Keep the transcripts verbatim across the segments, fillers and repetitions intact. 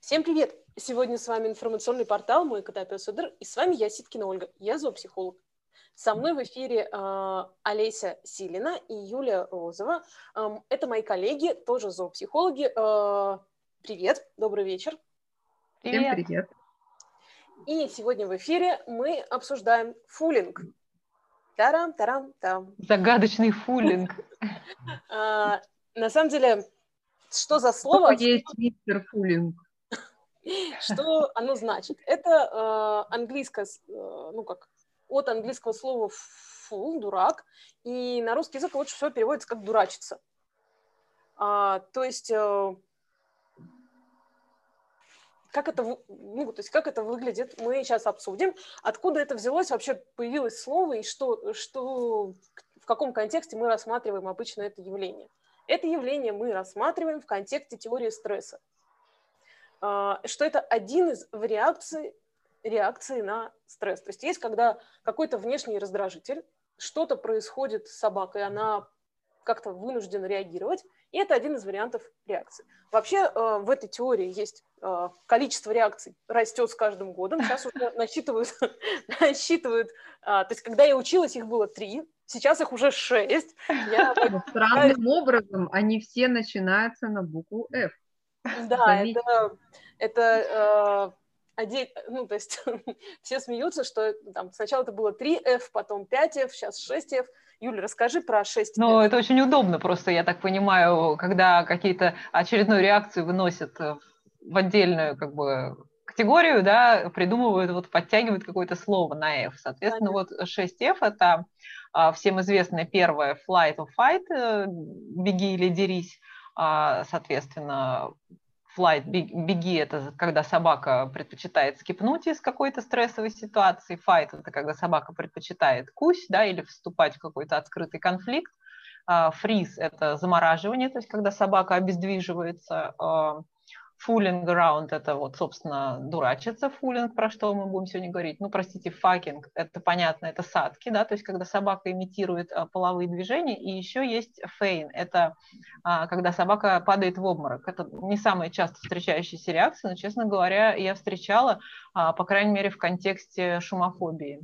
Всем привет! Сегодня с вами информационный портал «Мой кота пес Эдер», и с вами я, Ситкина Ольга, я зоопсихолог. Со мной в эфире э, Олеся Силина и Юлия Розова. Эм, это мои коллеги, тоже зоопсихологи. Э, привет, добрый вечер. Всем привет. И сегодня в эфире мы обсуждаем фулинг. Тарам-тарам-там. Загадочный фулинг. На самом деле, что за слово? Кто есть мистер Фулинг? Что оно значит? Это английское, ну как, от английского слова fool, дурак, и на русский язык лучше всего переводится как дурачиться. А, то есть, как это, ну, то есть, как это выглядит, мы сейчас обсудим. Откуда это взялось, вообще появилось слово, и что, что, в каком контексте мы рассматриваем обычно это явление. Это явление мы рассматриваем в контексте теории стресса. Что это один из реакций, реакции на стресс. То есть есть, когда какой-то внешний раздражитель, что-то происходит с собакой, она как-то вынуждена реагировать, и это один из вариантов реакции. Вообще в этой теории есть количество реакций растет с каждым годом. Сейчас уже насчитывают, насчитывают то есть когда я училась, их было три, сейчас их уже шесть. Я... Странным образом они все начинаются на букву F. Да, Заметьте. это, это э, один, ну, то есть все смеются, что там сначала это было три эф, потом пять эф, сейчас шесть эф. Юля, расскажи про шесть эф. Ну, это очень удобно просто, я так понимаю, когда какие-то очередную реакцию выносят в отдельную, как бы, категорию, да, придумывают, вот подтягивают какое-то слово на F. Соответственно, Понятно. Вот шесть эф – это всем известное первое flight or fight, беги или дерись, соответственно, flight, беги – это когда собака предпочитает скипнуть из какой-то стрессовой ситуации. Fight – это когда собака предпочитает кусь, да, или вступать в какой-то открытый конфликт. Freeze – это замораживание, то есть когда собака обездвиживается. Fooling around – это вот, собственно, дурачиться. Fooling, про что мы будем сегодня говорить. Ну, простите, fucking – это понятно, это садки, да, то есть когда собака имитирует половые движения. И еще есть feign – это когда собака падает в обморок. Это не самая часто встречающаяся реакция, но, честно говоря, я встречала, по крайней мере, в контексте шумофобии.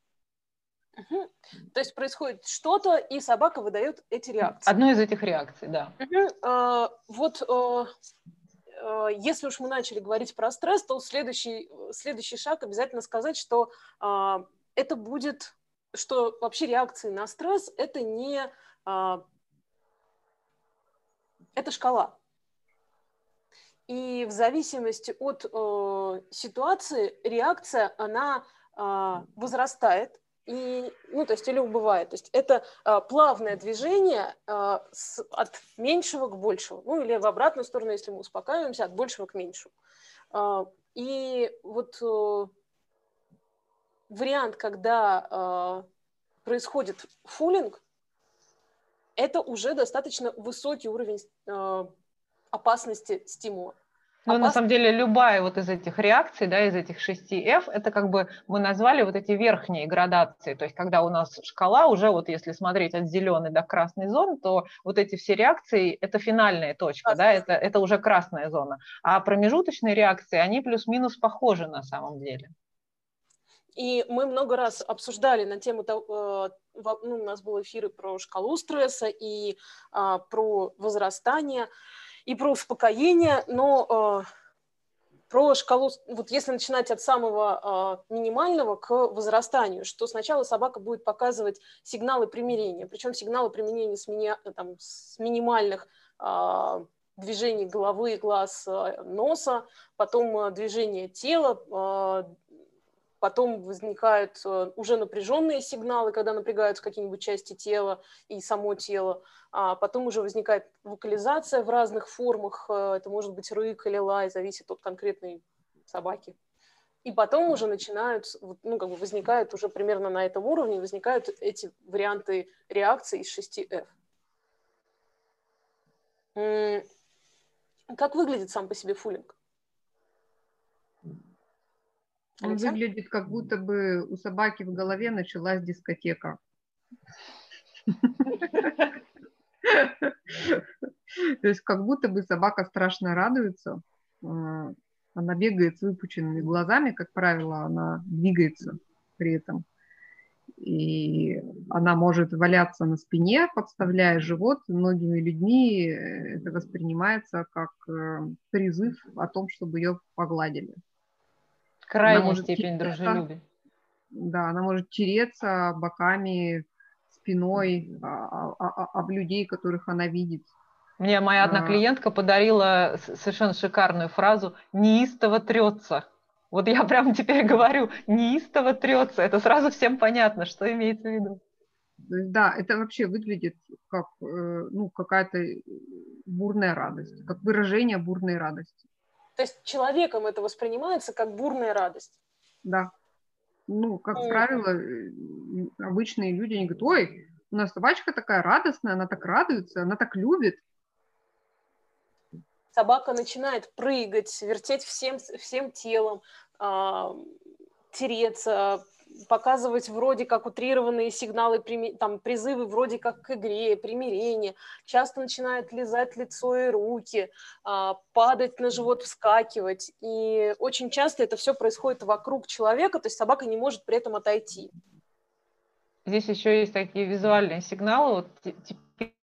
Угу. То есть происходит что-то, и собака выдает эти реакции. Одну из этих реакций, да. Угу. А, вот... А... Если уж мы начали говорить про стресс, то следующий, следующий шаг обязательно сказать, что э, это будет, что вообще реакции на стресс – это не… Э, это шкала. И в зависимости от э, ситуации реакция, она э, возрастает. И, ну, то есть, или убывает. То есть это э, плавное движение э, с, от меньшего к большему. Ну, или в обратную сторону, если мы успокаиваемся, от большего к меньшему. Э, и вот э, вариант, когда э, происходит фулинг, это уже достаточно высокий уровень э, опасности стимула. Ну, на самом деле, любая вот из этих реакций, да, из этих шести эф, это как бы мы назвали вот эти верхние градации. То есть, когда у нас шкала уже, вот если смотреть от зеленой до красной зоны, то вот эти все реакции – это финальная точка, да, это, это уже красная зона. А промежуточные реакции, они плюс-минус похожи на самом деле. И мы много раз обсуждали на тему того, ну, у нас был эфиры про шкалу стресса и а, про возрастание, и про успокоение, но а, про шкалу, вот если начинать от самого а, минимального к возрастанию, что сначала собака будет показывать сигналы примирения, причем сигналы примирения с, мини, там, с минимальных а, движений головы, глаз, носа, потом движение тела, а, потом возникают уже напряженные сигналы, когда напрягаются какие-нибудь части тела и само тело. А потом уже возникает вокализация в разных формах. Это может быть рык или лай, зависит от конкретной собаки. И потом уже начинают, ну, как бы возникают уже примерно на этом уровне, возникают эти варианты реакции из шести эф. Как выглядит сам по себе фулинг? Он Алексей? Выглядит, как будто бы у собаки в голове началась дискотека. То есть как будто бы собака страшно радуется, Она бегает с выпученными глазами, как правило, она двигается при этом. И она может валяться на спине, подставляя живот. Многими людьми это воспринимается как призыв о том, чтобы ее погладили. Крайняя степень дружелюбия. Да, она может тереться боками, спиной об людей, которых она видит. Мне моя одна клиентка подарила совершенно шикарную фразу «неистово трется». Вот я прямо теперь говорю «неистово трется». Это сразу всем понятно, что имеется в виду. То есть, да, это вообще выглядит как ну, какая-то бурная радость, как выражение бурной радости. То есть человеком это воспринимается как бурная радость? Да. Ну, как mm. правило, обычные люди, они говорят, ой, у нас собачка такая радостная, она так радуется, она так любит. Собака начинает прыгать, вертеть всем, всем телом, э, тереться, показывать вроде как утрированные сигналы, там, призывы вроде как к игре, примирению. Часто начинает лизать лицо и руки, э, падать на живот, вскакивать. И очень часто это все происходит вокруг человека, то есть собака не может при этом отойти. Здесь еще есть такие визуальные сигналы. Вот, теперь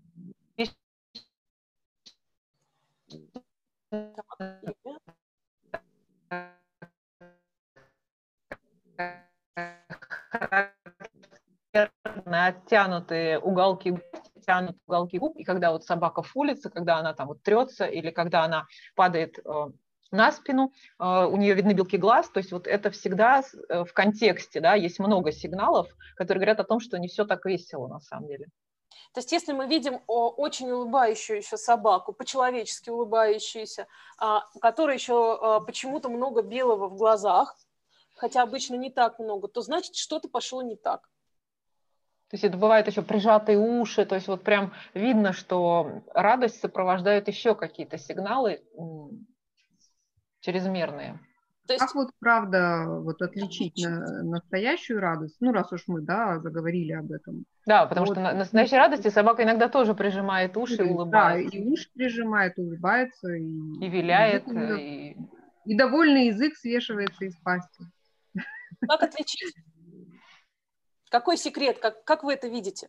оттянутые уголки, тянут уголки губ, и когда вот собака фулится, когда она там вот трется, или когда она падает э, на спину, э, у нее видны белки глаз, то есть вот это всегда в контексте, да, есть много сигналов, которые говорят о том, что не все так весело на самом деле. То есть если мы видим очень улыбающуюся собаку, по-человечески улыбающуюся, у которой еще почему-то много белого в глазах, хотя обычно не так много, то значит, что-то пошло не так. То есть это бывает еще прижатые уши, то есть вот прям видно, что радость сопровождают еще какие-то сигналы чрезмерные. То есть... Как вот правда вот отличить на, настоящую радость, ну раз уж мы, да, заговорили об этом. Да, потому вот. Что на настоящей радости собака иногда тоже прижимает уши и улыбается. Да, и уши прижимает, улыбается. И, и виляет. Язык, и... и довольный язык свешивается из пасти. Как отличить? Какой секрет? Как, как вы это видите?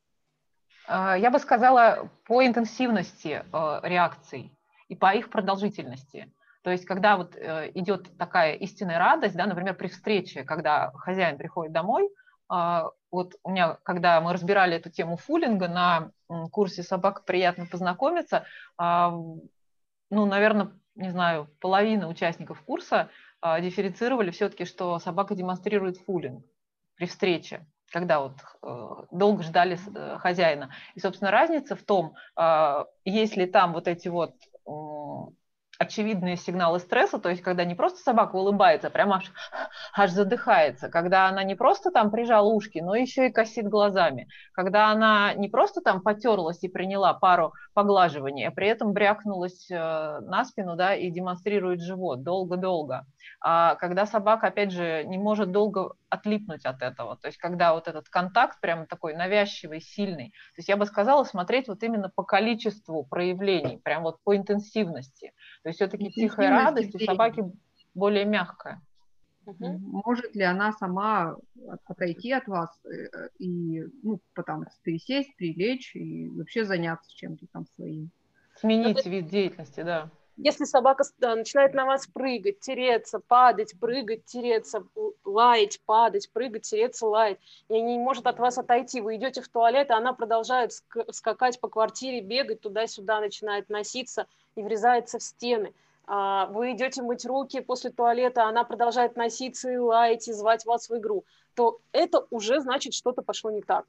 Я бы сказала, по интенсивности реакций и по их продолжительности. То есть, когда вот идет такая истинная радость, да, например, при встрече, когда хозяин приходит домой, вот у меня, когда мы разбирали эту тему фуллинга на курсе «Собака приятно познакомиться», ну, наверное, не знаю, половина участников курса дифференцировали все-таки, что собака демонстрирует фуллинг при встрече, когда вот долго ждали хозяина. И, собственно, разница в том, есть ли там вот эти вот очевидные сигналы стресса, то есть когда не просто собака улыбается, а прям аж, аж задыхается, когда она не просто там прижала ушки, но еще и косит глазами, когда она не просто там потерлась и приняла пару поглаживаний, а при этом брякнулась на спину, да, и демонстрирует живот долго-долго, а когда собака, опять же, не может долго отлипнуть от этого, то есть когда вот этот контакт прям такой навязчивый, сильный, то есть я бы сказала смотреть вот именно по количеству проявлений, прям вот по интенсивности. То есть все-таки тихая радость у собаки более мягкая. Угу. Может ли она сама отойти от вас и, ну, потом пересесть, прилечь и вообще заняться чем-то там своим? Сменить это... вид деятельности, да. Если собака да, начинает на вас прыгать, тереться, падать, прыгать, тереться, лаять, падать, прыгать, тереться, лаять, и не может от вас отойти, вы идете в туалет, и она продолжает скакать по квартире, бегать туда-сюда, начинает носиться и врезается в стены. Вы идете мыть руки после туалета, она продолжает носиться и лаять, и звать вас в игру, то это уже значит, что-то пошло не так.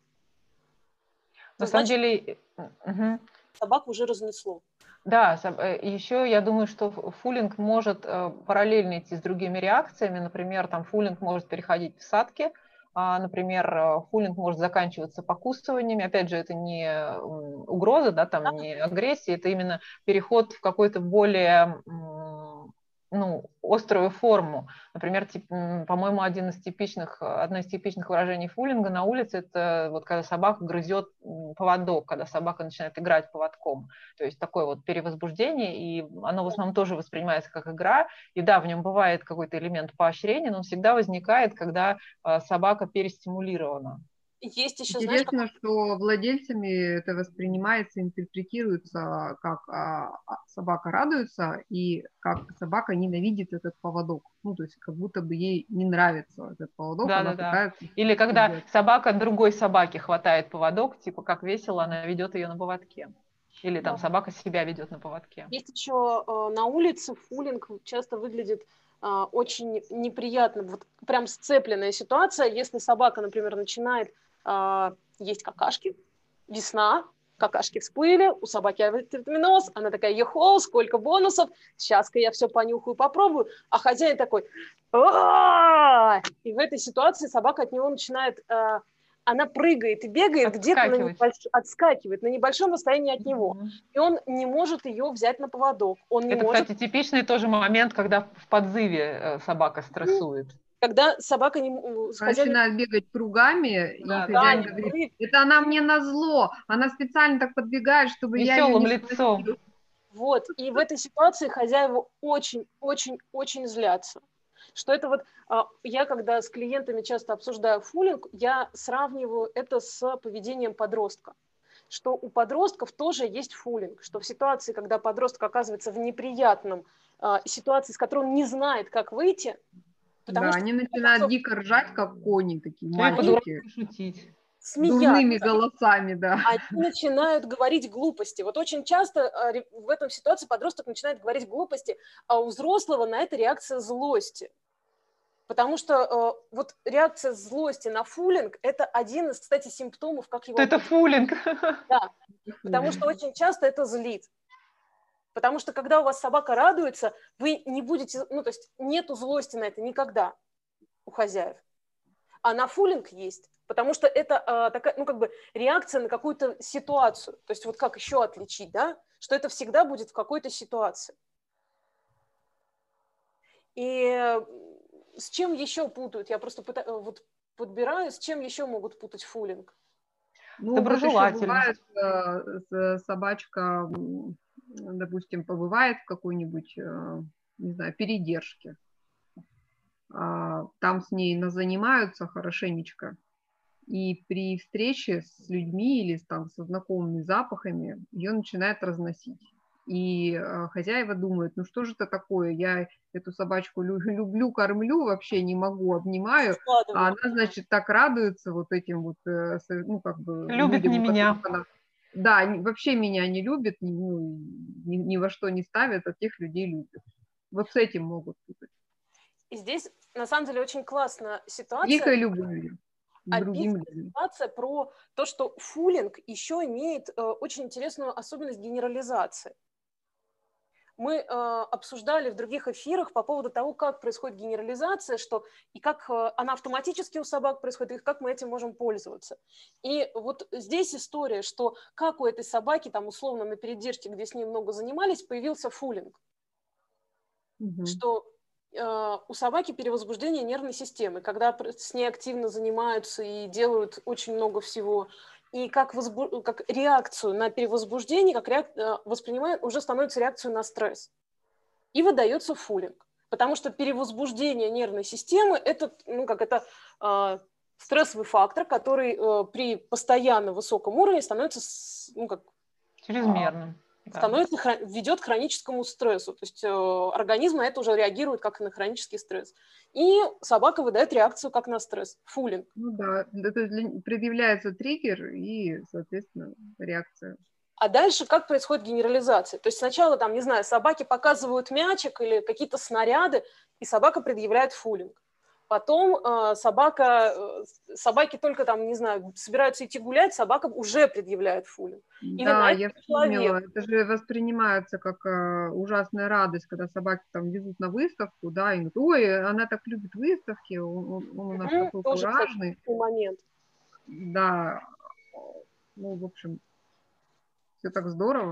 На это самом значит, деле... Угу. Собаку уже разнесло. Да, еще я думаю, что фуллинг может параллельно идти с другими реакциями. Например, там фуллинг может переходить в садки, например, фуллинг может заканчиваться покусываниями. Опять же, это не угроза, да, там, не агрессия, это именно переход в какой-то более, ну, ну, острую форму. Например, тип, по-моему, один из типичных, одно из типичных выражений фулинга на улице – это вот когда собака грызет поводок, когда собака начинает играть поводком. То есть такое вот перевозбуждение, и оно в основном тоже воспринимается как игра. И да, в нем бывает какой-то элемент поощрения, но он всегда возникает, когда собака перестимулирована. Есть еще, знаешь, Интересно, как... что владельцами это воспринимается, интерпретируется, как а, собака радуется и как собака ненавидит этот поводок. Ну, то есть как будто бы ей не нравится этот поводок, да, она да, пытается... да. Или когда сделать. собака другой собаке хватает поводок, типа как весело она ведет ее на поводке. Или там да. собака себя ведет на поводке. Есть еще э, на улице фулинг часто выглядит э, очень неприятно. Вот прям сцепленная ситуация, если собака, например, начинает э, есть какашки, весна, какашки всплыли, у собаки авитаминоз, она такая, ехол, сколько бонусов, сейчас-ка я все понюхаю, попробую, а хозяин такой, и в этой ситуации собака от него начинает, она прыгает и бегает где-то, на небольш... отскакивает на небольшом расстоянии от него, mm-hmm. и он не может ее взять на поводок. Он не Это, может... кстати, типичный тоже момент, когда в подзыве собака стрессует. Когда собака не... Хозяин... начинает бегать кругами, да, и хозяин да, говорит, прыг... это она мне назло, она специально так подбегает, чтобы веселым я ее не лицом. схватил. Вот, и в этой ситуации хозяева очень-очень-очень злятся. Что это вот, я когда с клиентами часто обсуждаю фулинг, я сравниваю это с поведением подростка. Что у подростков тоже есть фулинг, что в ситуации, когда подросток оказывается в неприятном ситуации, с которой он не знает, как выйти, потому да, что... они начинают потом... дико ржать, как кони такие и маленькие. Шутить. Смеяться. Дурными голосами, да. Они начинают говорить глупости. Вот очень часто в этом ситуации подросток начинает говорить глупости, а у взрослого на это реакция злости. Потому что э, вот реакция злости на фулинг – это один из, кстати, симптомов, как его… Это фулинг. Да, потому что очень часто это злит. Потому что когда у вас собака радуется, вы не будете… Ну, то есть нету злости на это никогда у хозяев. А на фулинг есть. Потому что это э, такая, ну, как бы реакция на какую-то ситуацию. То есть вот как еще отличить, да? Что это всегда будет в какой-то ситуации. И… С чем еще путают? Я просто пытаюсь, вот подбираю, с чем еще могут путать фулинг? Ну, доброжелательно. Вот бывает, собачка, допустим, побывает в какой-нибудь, не знаю, передержке. Там с ней занимаются хорошенечко. И при встрече с людьми или там, со знакомыми запахами ее начинает разносить. И э, хозяева думают, ну что же это такое, я эту собачку люблю, кормлю, вообще не могу, обнимаю, а она, значит, так радуется вот этим вот, э, ну как бы… Любит людям, не меня. Она, да, вообще меня не любит, ни, ну, ни, ни во что не ставит, а тех людей любит. Вот с этим могут путать. И здесь, на самом деле, очень классная ситуация. Дикой любовью. Обидная ситуация про то, что фулинг еще имеет э, очень интересную особенность генерализации. Мы э, обсуждали в других эфирах по поводу того, как происходит генерализация, что и как э, она автоматически у собак происходит, и как мы этим можем пользоваться. И вот здесь история, что как у этой собаки, там условно на передержке, где с ней много занимались, появился фулинг. Mm-hmm. Что э, у собаки перевозбуждение нервной системы, когда с ней активно занимаются и делают очень много всего. И как, возбу... как реакцию на перевозбуждение, как реак... воспринимает, уже становится реакцией на стресс. И выдается фулинг. Потому что перевозбуждение нервной системы – это, ну, как это э, стрессовый фактор, который э, при постоянно высоком уровне становится, ну, как… чрезмерным. Э, становится, да. Ведет к хроническому стрессу. То есть э, организм на это уже реагирует как на хронический стресс. И собака выдает реакцию как на стресс. Фулинг. Ну да, это предъявляется триггер и, соответственно, реакция. А дальше как происходит генерализация? То есть сначала, там, не знаю, собаки показывают мячик или какие-то снаряды, и собака предъявляет фулинг. Потом э, собака, э, собаки только там, не знаю, собираются идти гулять, собака уже предъявляет фулинг. Или да, я вспомнила, это же воспринимается как э, ужасная радость, когда собаки там везут на выставку, да, и говорят, ой, она так любит выставки, он, он, он у нас mm-hmm, такой тоже, куражный. Кстати, момент. Да, ну, в общем, все так здорово.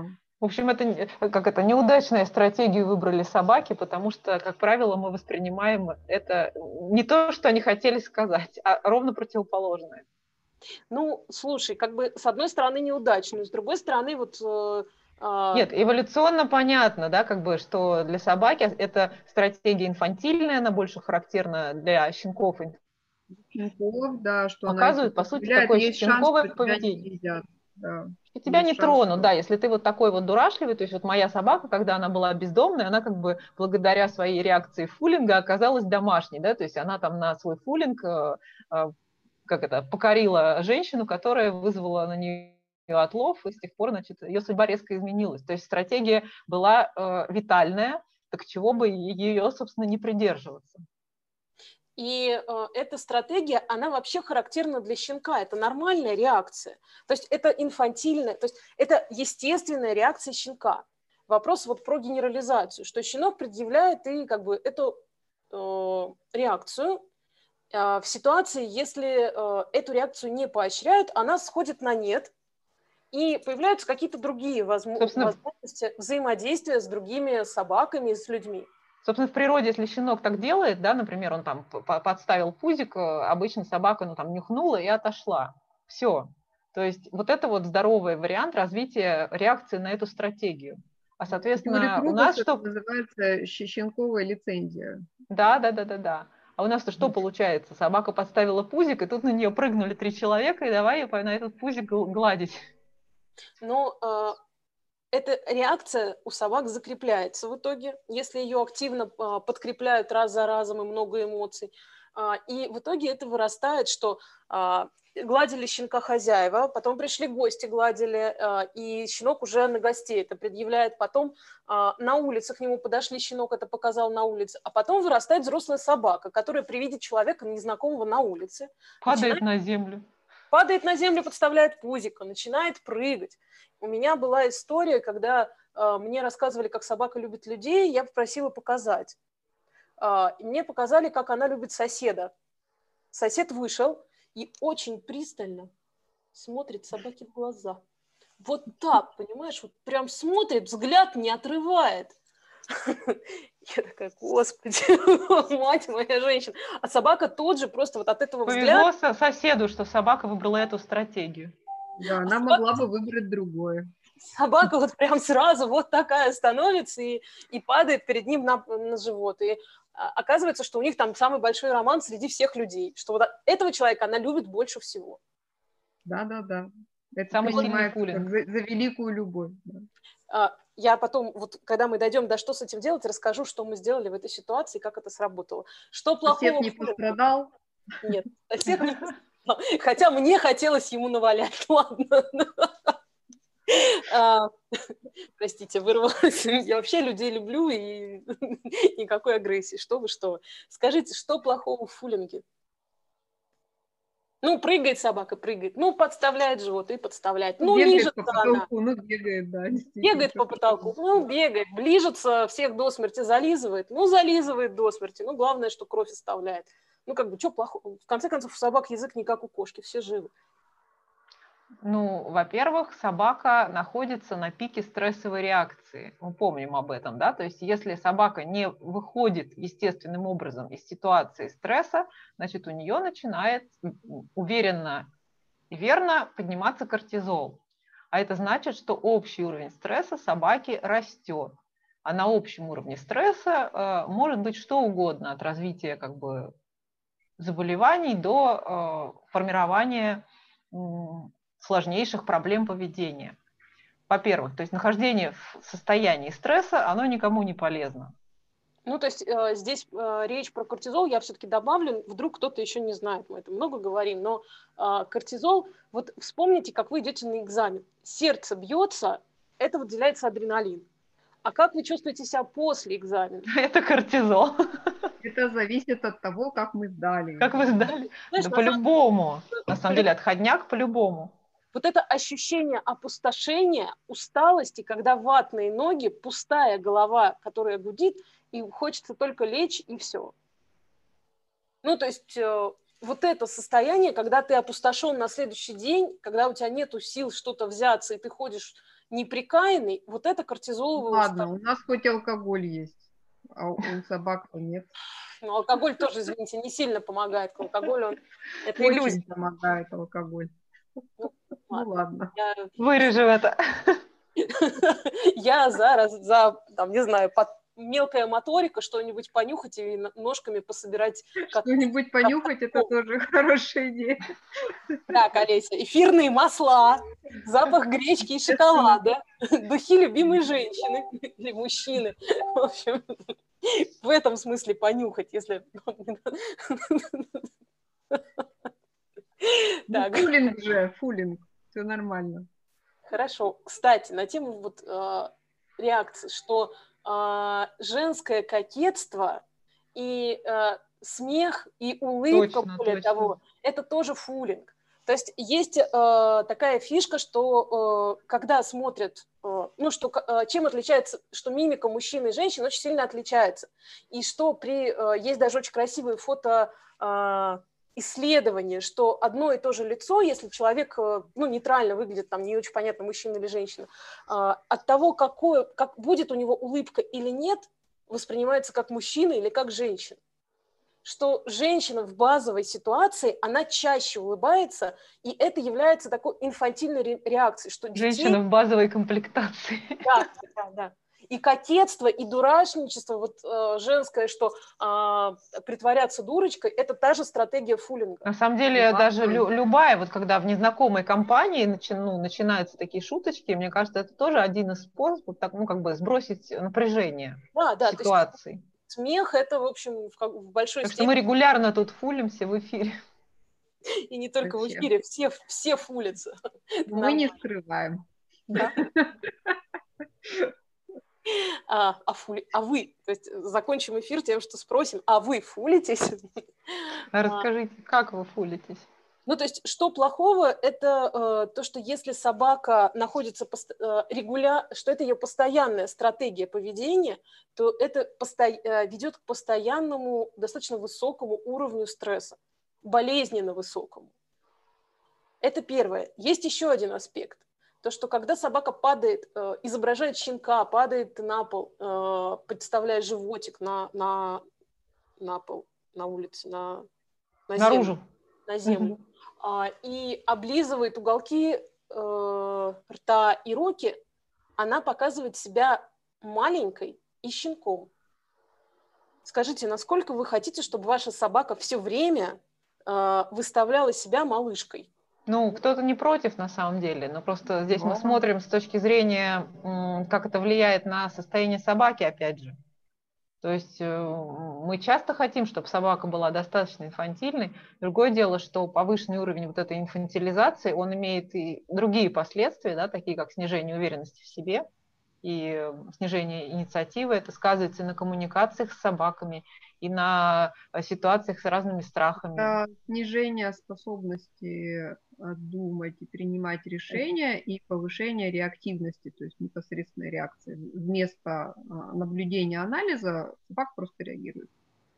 В общем, это как это неудачная стратегию выбрали собаки, потому что, как правило, мы воспринимаем это не то, что они хотели сказать, а ровно противоположное. Ну, слушай, как бы с одной стороны неудачную, с другой стороны вот... Э, э... Нет, эволюционно понятно, да, как бы, что для собаки это стратегия инфантильная, она больше характерна для щенков. Щенков, да, что Показывает, она по сути, позволяет, такое есть шанс, щенковое что тебя не поведение. съедят. Да. И тебя Есть не шанс, тронут, что... да, если ты вот такой вот дурашливый, то есть вот моя собака, когда она была бездомной, она как бы благодаря своей реакции фулинга оказалась домашней, да, то есть она там на свой фулинг, э, э, как это, покорила женщину, которая вызвала на нее отлов, и с тех пор, значит, ее судьба резко изменилась. То есть стратегия была э, витальная, так чего бы ее, собственно, не придерживаться. И э, эта стратегия, она вообще характерна для щенка, это нормальная реакция. То есть это инфантильная, то есть это естественная реакция щенка. Вопрос вот про генерализацию, что щенок предъявляет и как бы эту э, реакцию э, в ситуации, если э, эту реакцию не поощряют, она сходит на нет, и появляются какие-то другие возможно, Собственно, возможности взаимодействия с другими собаками, с людьми. Собственно, в природе, если щенок так делает, да, например, он там подставил пузик, обычно собака, ну, там, нюхнула и отошла. Все. То есть вот это вот здоровый вариант развития реакции на эту стратегию. А, соответственно, у нас что... называется щенковая лицензия. Да, да, да, да, да. А у нас-то что получается? Собака подставила пузик, и тут на нее прыгнули три человека, и давай ее на этот пузик гладить. Ну, эта реакция у собак закрепляется в итоге, если ее активно подкрепляют раз за разом и много эмоций. И в итоге это вырастает, что гладили щенка хозяева, потом пришли гости, гладили, и щенок уже на гостей это предъявляет. Потом на улице к нему подошли, щенок это показал на улице. А потом вырастает взрослая собака, которая при виде человека незнакомого на улице падает начинает... на землю. Падает на землю, подставляет пузико, начинает прыгать. У меня была история, когда э, мне рассказывали, как собака любит людей, я попросила показать. Э, и мне показали, как она любит соседа. Сосед вышел и очень пристально смотрит собаке в глаза. Вот так, понимаешь, вот прям смотрит, взгляд не отрывает. Я такая, господи, мать моя женщина. А собака тут же просто вот от этого взгляда... Повезло соседу, что собака выбрала эту стратегию. Да, она могла бы выбрать другое. Собака вот прям сразу вот такая становится и, и падает перед ним на, на живот. И а, оказывается, что у них там самый большой роман среди всех людей. Что вот этого человека она любит больше всего. Да-да-да. Это самый сильный фулинг. За, за великую любовь. Да. А, я потом, вот когда мы дойдем до что с этим делать, расскажу, что мы сделали в этой ситуации, как это сработало. Что плохого... Сосед не пострадал? Нет, сосед не пострадал. Хотя мне хотелось ему навалять. Ладно. А, простите, вырвалась. Я вообще людей люблю и никакой агрессии. Что вы, что вы. Скажите, что плохого в фулинге? Ну, прыгает собака, прыгает. Ну, подставляет живот и подставляет. Ну, бегает лижется по потолку, она. Ну, бегает, да. Бегает по потолку. Ну, бегает. Ближется, всех до смерти зализывает. Ну, зализывает до смерти. Ну, главное, что кровь оставляет. Ну, как бы, что плохого? В конце концов, у собак язык не как у кошки, все живы. Ну, во-первых, собака находится на пике стрессовой реакции. Мы помним об этом, да? То есть если собака не выходит естественным образом из ситуации стресса, значит, у нее начинает уверенно и верно подниматься кортизол. А это значит, что общий уровень стресса собаки растет. А на общем уровне стресса э, может быть что угодно, от развития как бы заболеваний до э, формирования э, сложнейших проблем поведения. Во-первых, то есть нахождение в состоянии стресса, оно никому не полезно. Ну, то есть э, здесь э, речь про кортизол, я все-таки добавлю, вдруг кто-то еще не знает, мы это много говорим, но э, кортизол, вот вспомните, как вы идете на экзамен. Сердце бьется, это выделяется адреналин. А как вы чувствуете себя после экзамена? Это кортизол. Это зависит от того, как мы сдали. Как вы сдали? Знаешь, да по-любому. На самом деле, отходняк по-любому. Вот это ощущение опустошения, усталости, когда ватные ноги, пустая голова, которая гудит, и хочется только лечь, и все. Ну, то есть э, вот это состояние, когда ты опустошен на следующий день, когда у тебя нету сил что-то взяться, и ты ходишь неприкаянный, вот это кортизоловый Ладно, устав. у нас хоть алкоголь есть, а у собак-то нет. Но алкоголь тоже, извините, не сильно помогает. Алкоголь, он... это Очень иллюзия. помогает алкоголь. Ну, Ну ладно. Я, Вырежем это. я за, раз- за там, не знаю, под мелкая моторика, что-нибудь понюхать и н- ножками пособирать. Как... Что-нибудь понюхать, это тоже хорошая идея. Так, Олеся, эфирные масла, запах гречки и шоколада, духи любимой женщины или мужчины. В общем, в этом смысле понюхать, если... Ну, Так. фулинг же, фулинг. Все нормально. Хорошо. Кстати, на тему вот э, реакции, что э, женское кокетство и э, смех, и улыбка, Точно, более точно. того, это тоже фулинг. То есть есть э, такая фишка, что э, когда смотрят, э, ну, что, э, чем отличается, что мимика мужчины и женщины очень сильно отличается. И что при... Э, есть даже очень красивые фото... Э, исследование, что одно и то же лицо, если человек, ну, нейтрально выглядит, там, не очень понятно, мужчина или женщина, от того, какое, как будет у него улыбка или нет, воспринимается как мужчина или как женщина. Что женщина в базовой ситуации, она чаще улыбается, и это является такой инфантильной реакцией, что детей... Женщина в базовой комплектации. Да, да, да. И кокетство, и дурашничество, вот э, женское, что э, притворяться дурочкой, это та же стратегия фулинга. На самом деле, Да, даже лю- любая, вот когда в незнакомой компании начи- ну, начинаются такие шуточки, мне кажется, это тоже один из способов, так, ну, как бы сбросить напряжение Да, да, ситуации. То есть смех, это, в общем, в, в большой Так что степени... мы регулярно тут фулимся в эфире. И не только Зачем? в эфире, все, все фулятся. Мы не скрываем. Да. А, а, фули... а вы, то есть закончим эфир тем, что спросим, а вы фулитесь? Расскажите, как вы фулитесь? Ну, то есть, что плохого, это э, то, что если собака находится пост- э, регуля... что это ее постоянная стратегия поведения, то это посто... э, ведет к постоянному, достаточно высокому уровню стресса, болезненно высокому. Это первое. Есть еще один аспект. То, что когда собака падает, э, изображает щенка, падает на пол, э, подставляя животик на, на, на пол, на улице, на, на Наружу. землю, на землю э, и облизывает уголки э, рта и руки, она показывает себя маленькой и щенком. Скажите, насколько вы хотите, чтобы ваша собака все время э, выставляла себя малышкой? Ну, кто-то не против на самом деле, но просто здесь мы Но- смотрим с точки зрения, м, как это влияет на состояние собаки, опять же. То есть э, мы часто хотим, чтобы собака была достаточно инфантильной. Другое дело, что повышенный уровень вот этой инфантилизации, он имеет и другие последствия, да, такие как снижение уверенности в себе и снижение инициативы. Это сказывается и на коммуникациях с собаками, и на ситуациях с разными страхами. Это снижение способности думать и принимать решения и повышение реактивности, то есть непосредственной реакции. Вместо наблюдения, анализа собака просто реагирует.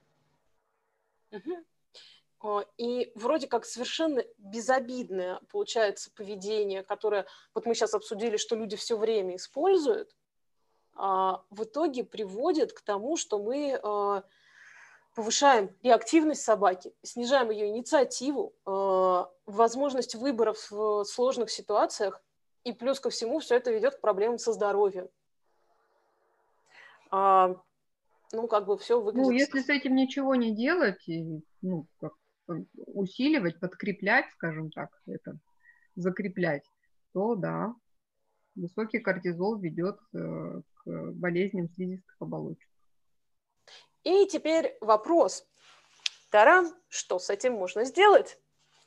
Угу. И вроде как совершенно безобидное получается поведение, которое вот мы сейчас обсудили, что люди все время используют, в итоге приводит к тому, что мы повышаем реактивность собаки, снижаем ее инициативу, возможность выборов в сложных ситуациях, и плюс ко всему все это ведет к проблемам со здоровьем. Ну, как бы все выглядит... Ну, если с этим ничего не делать, и, ну, как усиливать, подкреплять, скажем так, это, закреплять, то да, высокий кортизол ведет э, к болезням слизистых оболочек. И теперь вопрос. Тарам, что с этим можно сделать?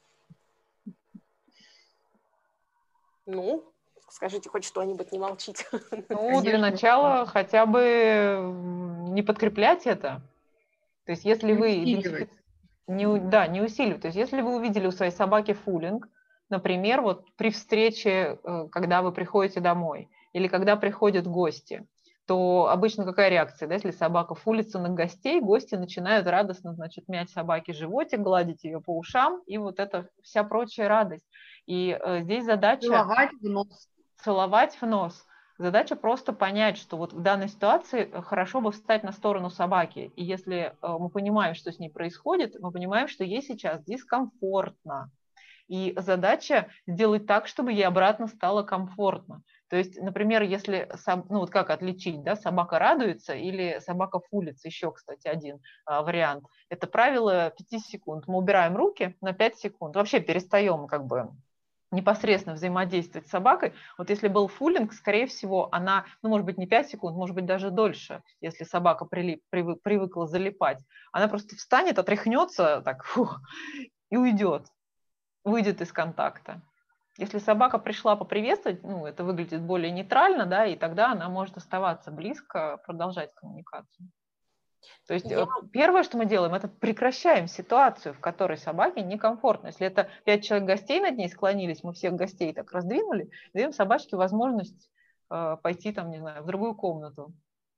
Ну, скажите хоть что-нибудь, не молчите. Ну, для начала хотя бы не подкреплять это. То есть если не вы... усиливать. Не, да, не усиливать. То есть если вы увидели у своей собаки фулинг, например, вот при встрече, когда вы приходите домой, или когда приходят гости, то обычно какая реакция? Да? Если собака фулится на гостей, гости начинают радостно, значит, мять собаке животик, гладить ее по ушам, и вот это вся прочая радость. И э, здесь задача... Прилагать в нос. целовать в нос. Задача просто понять, что вот в данной ситуации хорошо бы встать на сторону собаки. И если мы понимаем, что с ней происходит, мы понимаем, что ей сейчас дискомфортно. И задача сделать так, чтобы ей обратно стало комфортно. То есть, например, если, ну вот как отличить, да, собака радуется или собака фулится, еще, кстати, один а, вариант. Это правило пяти секунд. Мы убираем руки на пять секунд, вообще перестаем как бы непосредственно взаимодействовать с собакой. Вот если был фуллинг, скорее всего, она, ну, может быть, не пять секунд, может быть, даже дольше, если собака прилип, привык, привыкла залипать. Она просто встанет, отряхнется так, фух, и уйдет, выйдет из контакта. Если собака пришла поприветствовать, ну, это выглядит более нейтрально, да, и тогда она может оставаться близко, продолжать коммуникацию. То есть Я... первое, что мы делаем, это прекращаем ситуацию, в которой собаке некомфортно. Если это пять человек гостей над ней склонились, мы всех гостей так раздвинули, даем собачке возможность э, пойти там, не знаю, в другую комнату.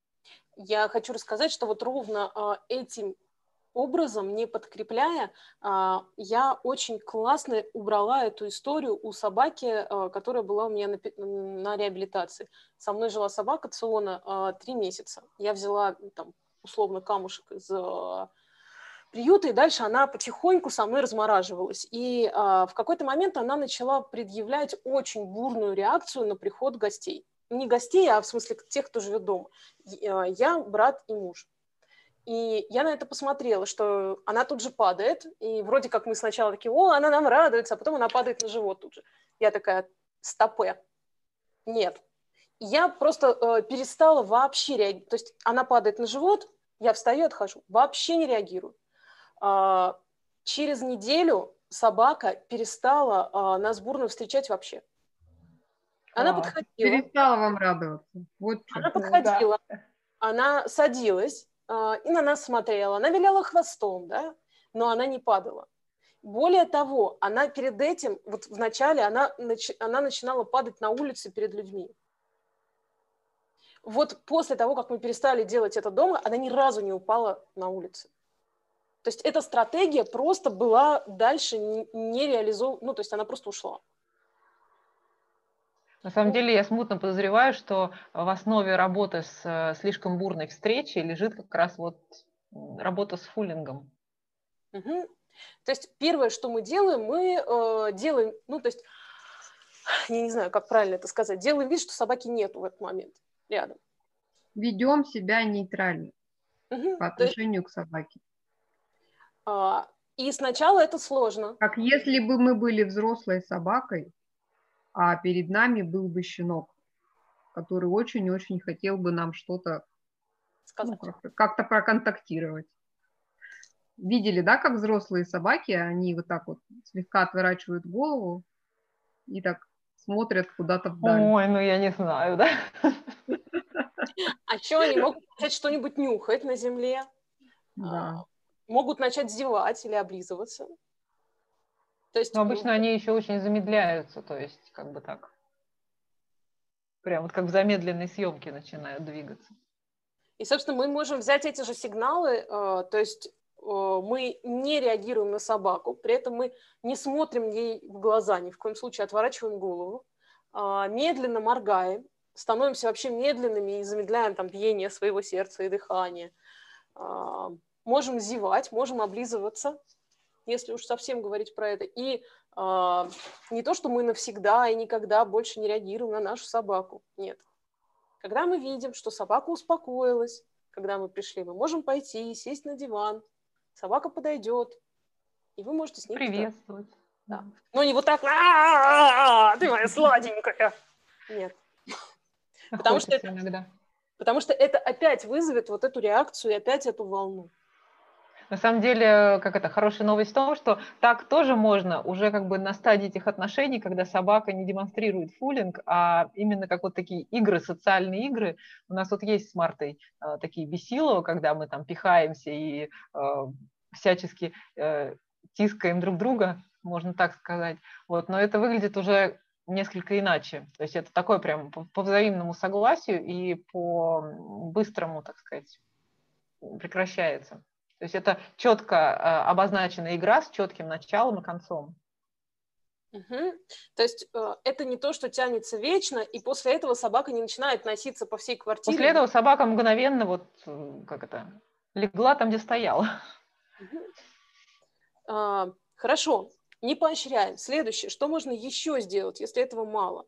Я хочу рассказать, что вот ровно э, этим образом, не подкрепляя, э, я очень классно убрала эту историю у собаки, э, которая была у меня на, на реабилитации. Со мной жила собака Циона э, три месяца. Я взяла там условно камушек из э, приюта, и дальше она потихоньку со мной размораживалась. И э, в какой-то момент она начала предъявлять очень бурную реакцию на приход гостей. Не гостей, а в смысле тех, кто живет дома. Я, брат и муж. И я на это посмотрела, что она тут же падает, и вроде как мы сначала такие, о, она нам радуется, а потом она падает на живот тут же. Я такая, стопэ, нет. Я просто э, перестала вообще реагировать. То есть она падает на живот, я встаю, отхожу, вообще не реагирую. А, через неделю собака перестала а, нас бурно встречать вообще. Она а, подходила. Перестала вам радоваться. Вот она что. подходила, да. Она садилась а, и на нас смотрела. Она виляла хвостом, да, но она не падала. Более того, она перед этим, вот вначале, она, она начинала падать на улице перед людьми. Вот после того, как мы перестали делать это дома, она ни разу не упала на улице. То есть эта стратегия просто была дальше не реализована, ну, то есть она просто ушла. На самом деле я смутно подозреваю, что в основе работы с слишком бурной встречей лежит как раз вот работа с фуллингом. Угу. То есть первое, что мы делаем, мы э, делаем, ну, то есть, я не знаю, как правильно это сказать, делаем вид, что собаки нету в этот момент рядом. Ведем себя нейтрально угу. по отношению есть, к собаке. А, и сначала это сложно. Как если бы мы были взрослой собакой, а перед нами был бы щенок, который очень-очень хотел бы нам что-то сказать, ну, как-то, как-то проконтактировать. Видели, да, как взрослые собаки, они вот так вот слегка отворачивают голову и так смотрят куда-то вдаль. Ой, ну я не знаю, да? А что, они могут начать что-нибудь нюхать на земле? Да. Могут начать зевать или облизываться. То есть, но обычно они еще очень замедляются, то есть как бы так. Прям вот как в замедленной съемке начинают двигаться. И, собственно, мы можем взять эти же сигналы, то есть мы не реагируем на собаку, при этом мы не смотрим ей в глаза, ни в коем случае отворачиваем голову, медленно моргаем, становимся вообще медленными и замедляем там биение своего сердца и дыхания. Можем зевать, можем облизываться, если уж совсем говорить про это. И э, не то, что мы навсегда и никогда больше не реагируем на нашу собаку. Нет. Когда мы видим, что собака успокоилась, когда мы пришли, мы можем пойти, сесть на диван, собака подойдет, и вы можете с ней приветствовать. Да. Но не вот так, а ты моя сладенькая. Нет. Потому что, это, иногда. потому что это опять вызовет вот эту реакцию и опять эту волну. На самом деле, как это, хорошая новость в том, что так тоже можно уже как бы на стадии этих отношений, когда собака не демонстрирует фуллинг, а именно как вот такие игры, социальные игры. У нас вот есть с Мартой э, такие бесило, когда мы там пихаемся и э, всячески э, тискаем друг друга, можно так сказать. Вот, но это выглядит уже несколько иначе. То есть это такое прям по, по взаимному согласию и по быстрому, так сказать, прекращается. То есть это четко обозначенная игра с четким началом и концом. Угу. То есть э, это не то, что тянется вечно, и после этого собака не начинает носиться по всей квартире. После этого собака мгновенно вот, как это, легла там, где стояла. Угу. А, хорошо, не поощряем. Следующее, что можно еще сделать, если этого мало?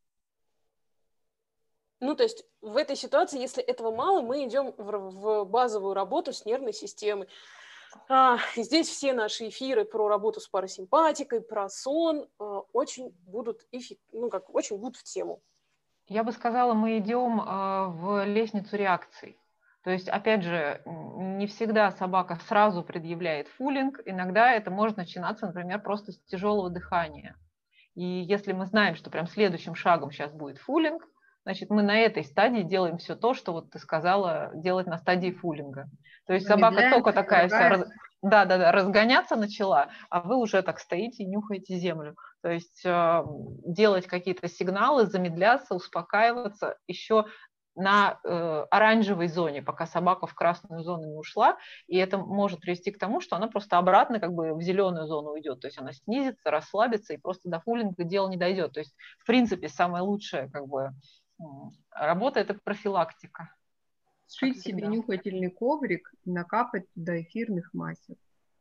Ну, то есть в этой ситуации, если этого мало, мы идем в, в базовую работу с нервной системой. А, здесь все наши эфиры про работу с парасимпатикой, про сон а, очень будут эффект, ну, как, очень будут в тему. Я бы сказала, мы идем а, в лестницу реакций. То есть, опять же, не всегда собака сразу предъявляет фуллинг. Иногда это может начинаться, например, просто с тяжелого дыхания. И если мы знаем, что прям следующим шагом сейчас будет фуллинг, значит, мы на этой стадии делаем все то, что вот ты сказала делать на стадии фуллинга. То есть собака только такая вся раз... да, да, да, разгоняться начала, а вы уже так стоите и нюхаете землю. То есть э, делать какие-то сигналы, замедляться, успокаиваться еще на э, оранжевой зоне, пока собака в красную зону не ушла, и это может привести к тому, что она просто обратно как бы в зеленую зону уйдет, то есть она снизится, расслабится, и просто до фуллинга дело не дойдет. То есть, в принципе, самая лучшая как бы работа – это профилактика. Сшить себе нюхательный коврик и накапать туда эфирных масел.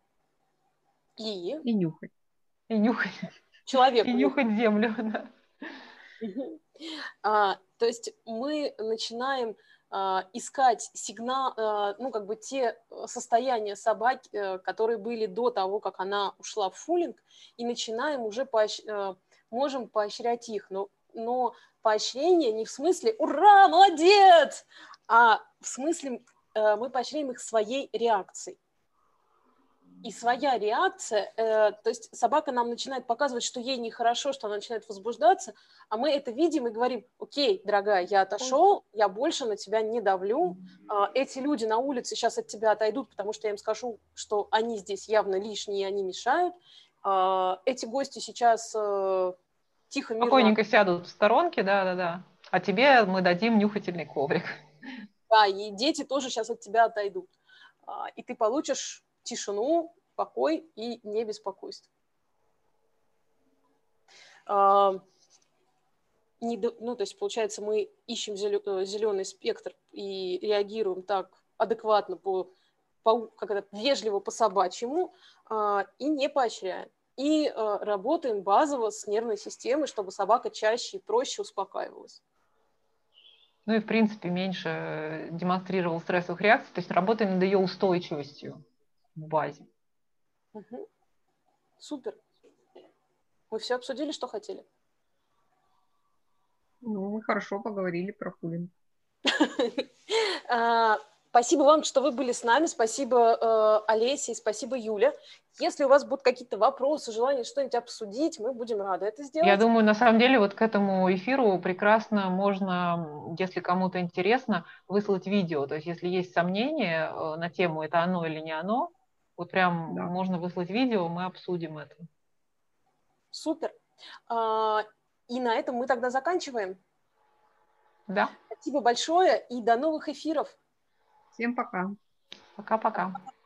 И? И нюхать. И нюхать. Человек. И нюхать землю, да. А, то есть мы начинаем а, искать сигнал, а, ну, как бы те состояния собаки, а, которые были до того, как она ушла в фуллинг, и начинаем уже поощ... а, можем поощрять их. Но, но поощрение не в смысле «Ура, молодец!», а в смысле а, мы поощряем их своей реакцией. И своя реакция, э, то есть собака нам начинает показывать, что ей нехорошо, что она начинает возбуждаться, а мы это видим и говорим: окей, дорогая, я отошел, я больше на тебя не давлю, э, эти люди на улице сейчас от тебя отойдут, потому что я им скажу, что они здесь явно лишние, и они мешают, э, эти гости сейчас э, тихо, мирно... Спокойненько сядут в сторонке, да-да-да, а тебе мы дадим нюхательный коврик. Да, и дети тоже сейчас от тебя отойдут, э, и ты получишь тишину, покой и не беспокойство. А, не, ну, то есть, получается, мы ищем зеленый спектр и реагируем так адекватно, по, по, как это, вежливо по-собачьему, а, и не поощряем. И а, работаем базово с нервной системой, чтобы собака чаще и проще успокаивалась. Ну и, в принципе, меньше демонстрировал стрессовых реакций, то есть работаем над ее устойчивостью в базе. Угу. Супер. Мы все обсудили, что хотели? Ну, мы хорошо поговорили про фуллинг. Спасибо вам, что вы были с нами. Спасибо Олесе, спасибо Юля. Если у вас будут какие-то вопросы, желание что-нибудь обсудить, мы будем рады это сделать. Я думаю, на самом деле, вот к этому эфиру прекрасно можно, если кому-то интересно, выслать видео. То есть, если есть сомнения на тему, это оно или не оно, вот прям да. Можно выслать видео, мы обсудим это. Супер. И на этом мы тогда заканчиваем. Да. Спасибо большое и до новых эфиров. Всем пока. Пока-пока.